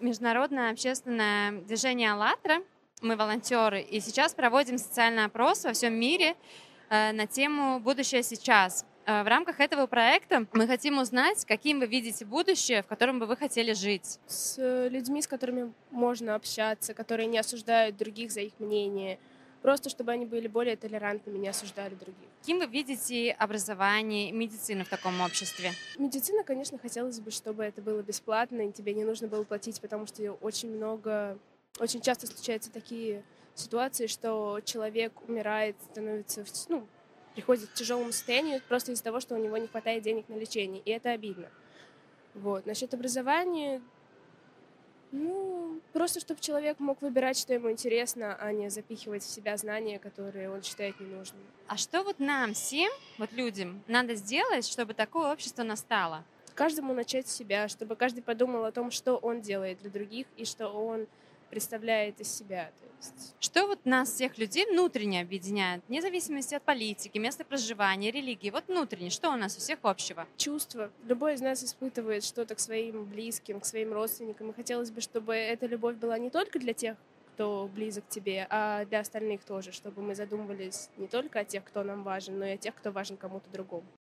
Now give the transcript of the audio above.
международное общественное движение «АЛЛАТРА». Мы волонтеры, и сейчас проводим социальный опрос во всем мире на тему «Будущее сейчас». В рамках этого проекта мы хотим узнать, каким вы видите будущее, в котором бы вы хотели жить. С людьми, с которыми можно общаться, которые не осуждают других за их мнение. Просто чтобы они были более толерантными, не осуждали других. Каким вы видите образование и медицину в таком обществе? Медицина, конечно, хотелось бы, чтобы это было бесплатно, и тебе не нужно было платить, потому что очень часто случаются такие ситуации, что человек умирает, становится, приходит к тяжелому состоянию просто из-за того, что у него не хватает денег на лечение, и это обидно. Вот. Насчет образования, просто чтобы человек мог выбирать, что ему интересно, а не запихивать в себя знания, которые он считает ненужными. А что вот нам всем, вот людям, надо сделать, чтобы такое общество настало? Каждому начать с себя, чтобы каждый подумал о том, что он делает для других и что он представляет из себя. То есть Что вот нас, всех людей, внутренне объединяет, вне зависимости от политики, места проживания, религии? Вот внутренне, что у нас у всех общего? чувства. Любой из нас испытывает что-то к своим близким, к своим родственникам. И хотелось бы, чтобы эта любовь была не только для тех, кто близок к тебе, а для остальных тоже, чтобы мы задумывались не только о тех, кто нам важен, но и о тех, кто важен кому-то другому.